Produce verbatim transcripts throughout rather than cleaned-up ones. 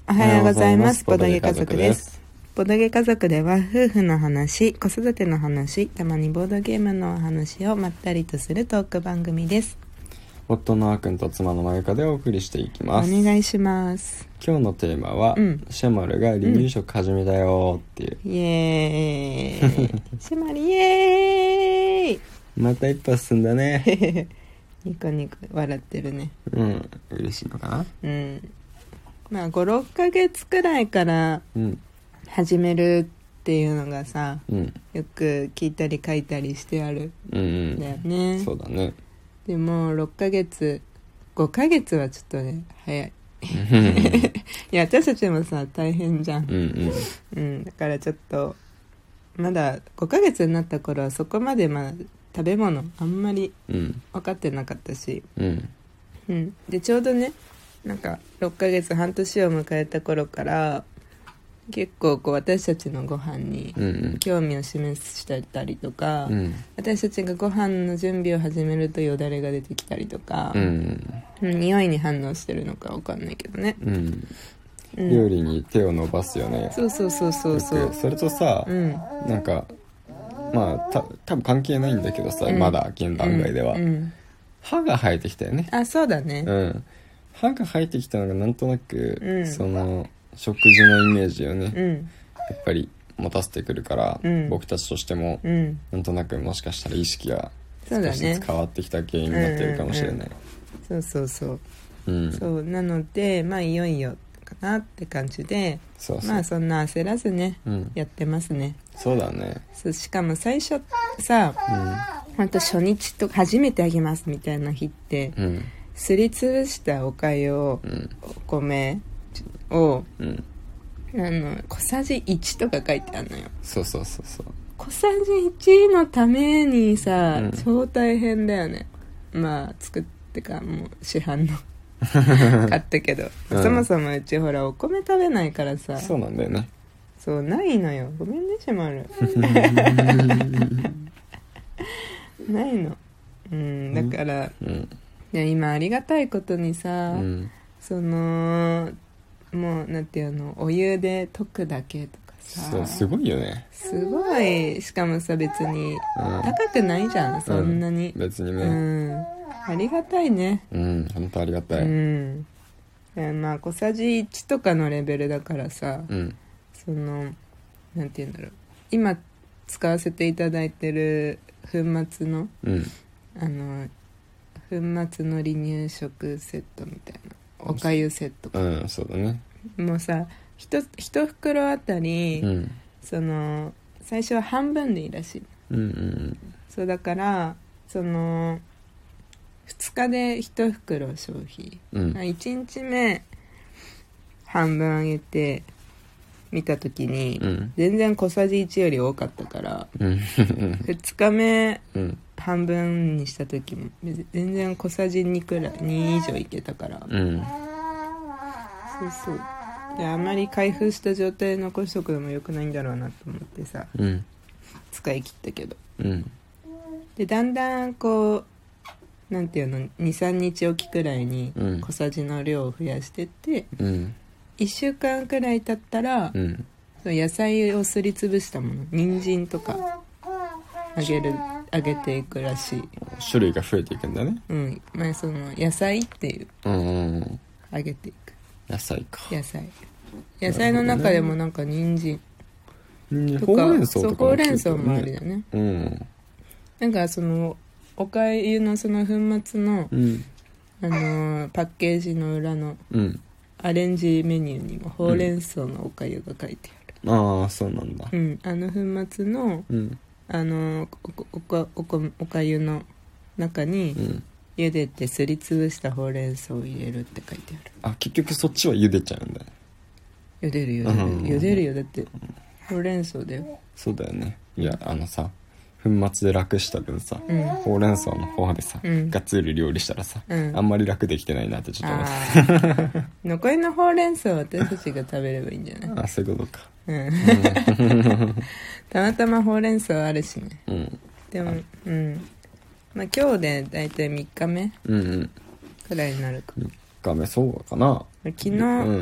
おはようございます。ボドゲ家族です。ボドゲ家族では夫婦の話、子育ての話、たまにボードゲームの話をまったりとするトーク番組です。 夫のあーくんと妻のまゆかでお送りしていきます。 お願いします。 今日のテーマは、うん、シェマルが離乳食始めたよっていう、 うん、イエーイシェマルイエーイまた一歩進んだねニコニコ笑ってるね。 うん嬉しいのかな。 うんまあごろっかげつくらいから始めるっていうのがさ、うん、よく聞いたり書いたりしてあるんだよね、うんうん、 そうだね。 でもろっかげつごかげつはちょっとね早いいや私たちもさ大変じゃん、うんうんうん、だからちょっとまだごかげつになった頃はそこまでまあ食べ物あんまり分かってなかったし、うんうん、でちょうどねなんかろっかげつ半年を迎えた頃から結構こう私たちのご飯に興味を示してたりとか、うん、私たちがご飯の準備を始めるとよだれが出てきたりとか、うんうん、匂いに反応してるのか分かんないけどね、うんうん、料理に手を伸ばすよね。 そうそうそうそうそうそれとさ、うん、なんかまあた多分関係ないんだけどさ、うん、まだ現段階では、うんうん、歯が生えてきたよね。 あそうだね、 うん歯が生えてきたのがなんとなく、うん、その食事のイメージをね、うん、やっぱり持たせてくるから、うん、僕たちとしても、うん、なんとなくもしかしたら意識が少しずつ変わってきた原因になってるかもしれない。 そうそうそう、うん、そうなのでまあいよいよかなって感じで、そうそうまあそんな焦らずね、うん、やってますね。 そうだね。 そうしかも最初さ、うん、ほんと初日と初めてあげますみたいな日って、うんすりつぶしたおかゆを、うん、お米を、うん、あの小さじいちとか書いてあるのよ。そうそうそうそう小さじいちのためにさ、うん、超大変だよね。まあ作ってかもう市販の買ったけど、うん、そもそもうちほらお米食べないからさ。 そうなんだよね。 そうないのよ。ごめんねしまるないの。うんだから、うんうんいや今ありがたいことにさ、うん、そのもうなんていうのお湯で溶くだけとかさそうすごいよね。 すごいしかもさ別に高くないじゃん、うん、そんなに、 うん、別にね、 うん、ありがたいね。 うん本当ありがたい、うん、 まあ小さじいちとかのレベルだからさ、うん、そのなんていうんだろう今使わせていただいてる粉末の、うん、あの粉末の離乳食セットみたいなおかゆセットか、 うんそうだね。 もうさ一袋あたり、うん、その最初は半分でいいらしい、うんうん、そうだからそのふつかで一袋消費、うん、いちにちめ半分あげて見た時に、うん、全然小さじいちより多かったから、うん、ふつかめ、うん半分にした時も全然小さじにくらいに以上いけたから、うん、そうそうであまり開封した状態で残しとくのも良くないんだろうなと思ってさ、うん、使い切ったけど、うん、でだんだんこうなんていうの にさんにちおきくらいに小さじの量を増やしてって、うん、いっしゅうかんくらい経ったら、うん、その野菜をすりつぶしたもの人参とかあげるあげていくらしい。 種類が増えていくんだね。 うんまあその野菜っていう、うんうんうん、あげていく野菜か野菜野菜の中でもなんか人参とか、 ほうれん草とかも、 ほうれん草もあるよね、うん、なんかそのおかゆのその粉末の、うん、あのー、パッケージの裏のアレンジメニューにもほうれん草のおかゆが書いてある、 うん、ああそうなんだ、 うん、あの粉末の、うんあのおおかおかおかゆの中に、うん、茹でてすりつぶしたほうれん草を入れるって書いてある。 あ結局そっちは茹でちゃうんだ。 茹でる茹でる、うん、茹でるよだってほうれん草だよ。 そうだよね。いやあのさ粉末で楽した分さ、うん、ほうれん草の方でさ、うん、がっつり料理したらさ、うん、あんまり楽できてないなってちょっと思って残りのほうれん草は私たちが食べればいいんじゃないあそういうことか、うん、 たまたまほうれん草あるしね、うん、でもうんまあ今日でだいたいみっかめくらいになるか、 みっかめそうかな。 昨日、うん、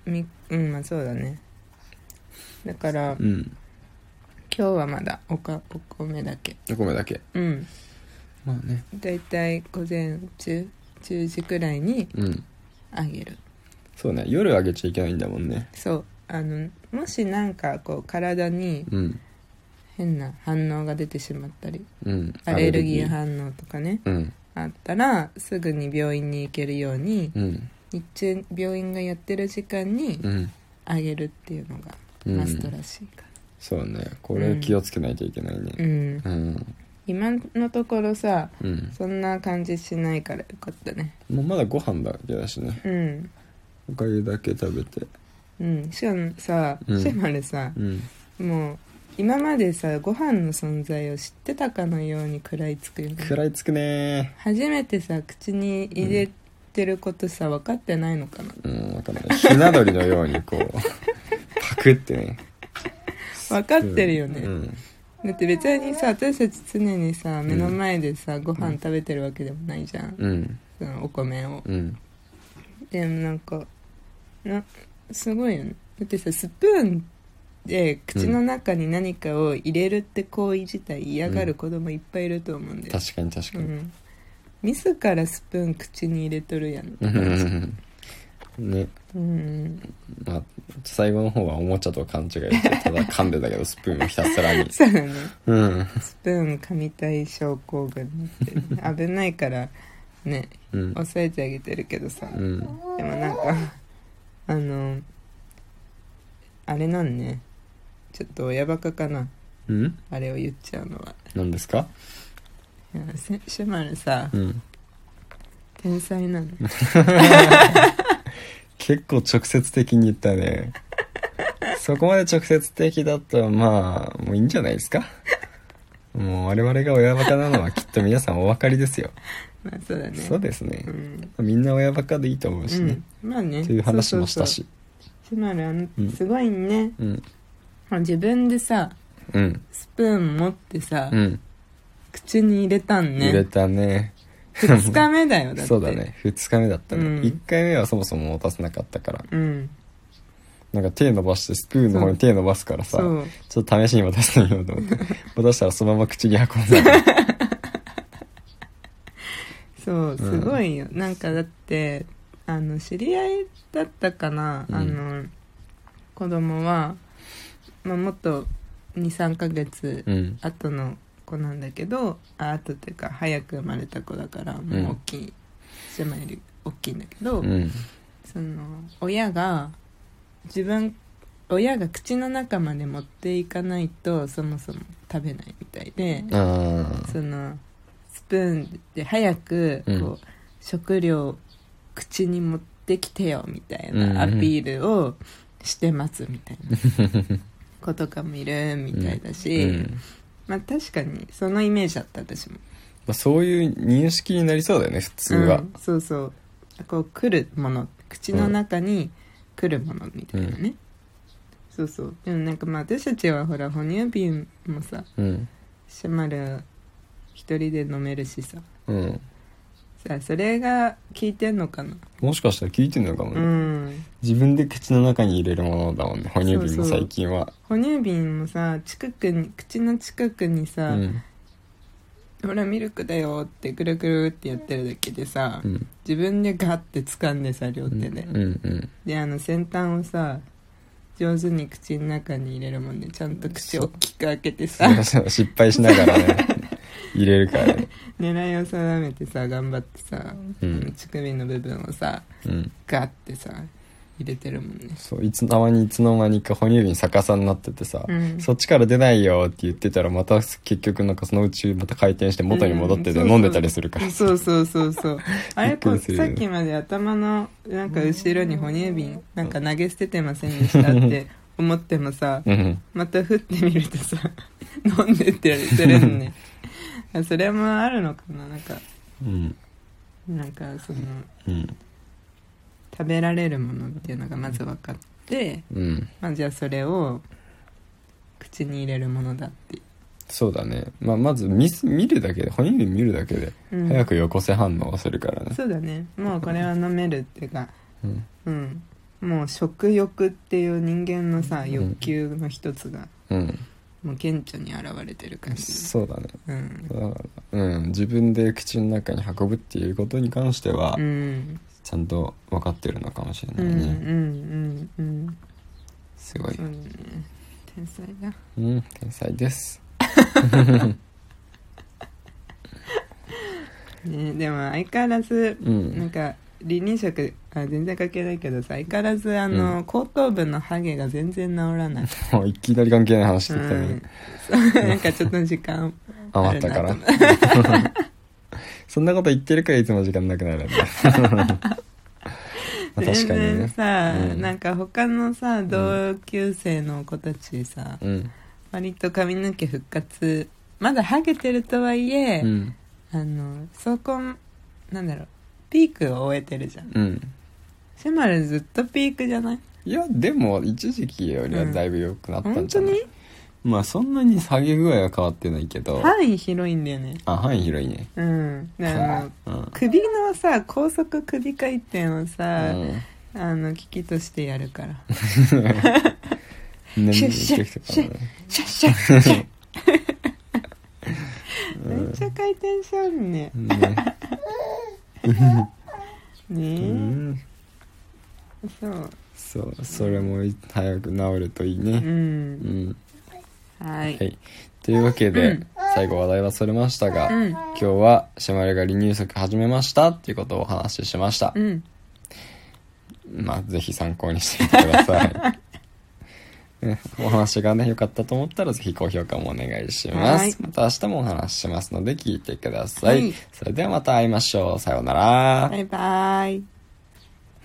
みうんまあそうだね。だから、 うん、 今日はまだおかお米だけお米だけ。 うんまあね、 だいたい午前中じ時くらいにあげる、うん、 そうね、夜あげちゃいけないんだもんね。 そうあのもしなんかこう体に変な反応が出てしまったり、うん、アレルギー反応とかね、うん、あったらすぐに病院に行けるように、うん、日中病院がやってる時間にあげるっていうのがマストらしいから、うん、 そうね、これ気をつけないといけないね。うん、うん、 今のところさ、うん、そんな感じしないからよかったね。 もうまだご飯だけだしね、うん、おかゆだけ食べて、 うん、しかもさ、うん、シェマルさ、うん、もう今までさご飯の存在を知ってたかのように食らいつくよね。 食らいつくね。 初めてさ口に入れてることさ、分かってないのかな。 うん分かんない。ひな鳥のようにこうパクってね分かってるよね、うん、だって別にさ私たち常にさ目の前でさ、うん、ご飯食べてるわけでもないじゃん、うん、そのお米を、うん、でもなんかなすごいよね。だってさスプーンで口の中に何かを入れるって行為自体嫌がる子供いっぱいいると思うんだよ、 うん、確かに確かに、うん、 自らスプーン口に入れとるやんね、うん、まあ最後の方はおもちゃと勘違いしてただ噛んでたけどスプーンをひたすらにそうだね、うん、スプーン噛みたい症候群って危ないからね、うん、抑えてあげてるけどさ、うん、でもなんかあのあれなんね、ちょっと親バカかな、うん、あれを言っちゃうのは。 何ですか。 いやシェマルさ、うん、天才なの結構直接的に言ったねそこまで直接的だったらまあもういいんじゃないですか。もう我々が親バカなのはきっと皆さんお分かりですよ。 まあそうだね。 そうですね、うん、みんな親バカでいいと思うしね、 うん、まあね、 という話もしたし。 シェマルあの、うん、すごいね、うん、自分でさ、うん、スプーン持ってさ、うん、口に入れたんね。 入れたね。 ふつかめだよだって。 そうだね、ふつかめだったね、うん、いっかいめはそもそも持たせなかったから、うん、なんか手伸ばしてスプーンの方に手伸ばすからさ、ちょっと試しに渡してみようと思って渡したらそのまま口に運んだそうすごいよ、うん、なんかだってあの知り合いだったかな、うん、あの子供は、まあ、もっと にさんかげつ後の子なんだけど、うん、あ後っていうか早く生まれた子だからもう大きい、シェマより大きいんだけど、うん、その親が自分親が口の中まで持っていかないとそもそも食べないみたいで、そのスプーンで早くこう、うん、食料口に持ってきてよみたいなアピールをしてますみたいな子とかもいるみたいだし、うんうん、まあ確かにそのイメージだった私も、まあ、そういう認識になりそうだよね普通は、うん、 そうそうこう来るもの口の中に来るものみたいなね、うん、そうそうでもなんかまあ私たちはほら哺乳瓶もさ、うん、シェマル一人で飲めるしさ、うんさそれが効いてんのかな。 もしかしたら効いてんのかもね、うん、自分で口の中に入れるものだもんね哺乳瓶も最近は。 そうそう哺乳瓶もさ近くに口の近くにさ、うん、ほらミルクだよってぐるぐるってやってるだけでさ、うん、自分でガッて掴んでさ両手で、うんうんうん、であの先端をさ上手に口の中に入れるもんね。ちゃんと口を大きく開けてさ失敗しながらね入れるからね狙いを定めてさ頑張ってさ、うん、乳首の部分をさ、うん、ガッてさ入れてるもんね。 そういつたまにいつの間にか哺乳瓶逆さになっててさ、うん、そっちから出ないよって言ってたらまた結局なんかそのうちまた回転して元に戻ってて、うん、飲んでたりするからそうそうそうそうあれこさっきまで頭のなんか後ろに哺乳瓶なんか投げ捨ててませんでしたって思ってもさ、うん、また振ってみるとさ飲んでってやするのねそれもあるのかななんか、うん、なんかその、うん、食べられるものっていうのがまず分かって、うんまあ、じゃあそれを口に入れるものだってそうだね、まあ、まず 見, 見るだけで哺乳瓶見るだけで早くよこせ反応をするからね、 うん、そうだねもうこれは飲めるっていうかうん、うん、 もう食欲っていう人間のさ欲求の一つが、 うん、 もう顕著に現れてる感じ。 そうだね、 うん、 だから、うん、自分で口の中に運ぶっていうことに関しては、うん、ちゃんと分かってるのかもしれないね。うんうんうんうん、すごい。そうね、天才だ。うん、天才です。ね、でも相変わらず、うん、なんか離乳食あ全然関係ないけどさ、相変わらずあの、うん、後頭部のハゲが全然治らない。 いきなり関係ない話してきたね、 うん、なんかちょっと時間余ったからそんなこと言ってるからいつも時間なくなるんだまあ確かにねさ、うん、なんか他のさ同級生の子たちさ、うん、割と髪の毛復活まだハゲてるとはいえ、うん、あのそこなんだろうピークを終えてるじゃん、うん、シェマルずっとピークじゃない？ いやでも一時期よりはだいぶ良くなったんじゃない？ うん、本当に？ まあそんなに下げ具合は変わってないけど範囲広いんだよね。 あ、範囲広いね。 うんだから、うん、首のさ高速首回転をさ、うん、あの機器としてやるからシュッシュッシュッシュッシュッシュッシュッめっちゃ回転しちゃうねねねえ、うん、そうそうそれも早く治るといいね。うん、うんはい、はい、 というわけで、うん、最後話題はそれましたが、うん、今日はシェマルが離乳食始めましたっていうことをお話ししました、うん、まあぜひ参考にしてみてください、ね、お話がね良かったと思ったらぜひ高評価もお願いします、はい、また明日もお話ししますので聞いてください、はい、それではまた会いましょう。さようなら。 バイバイ。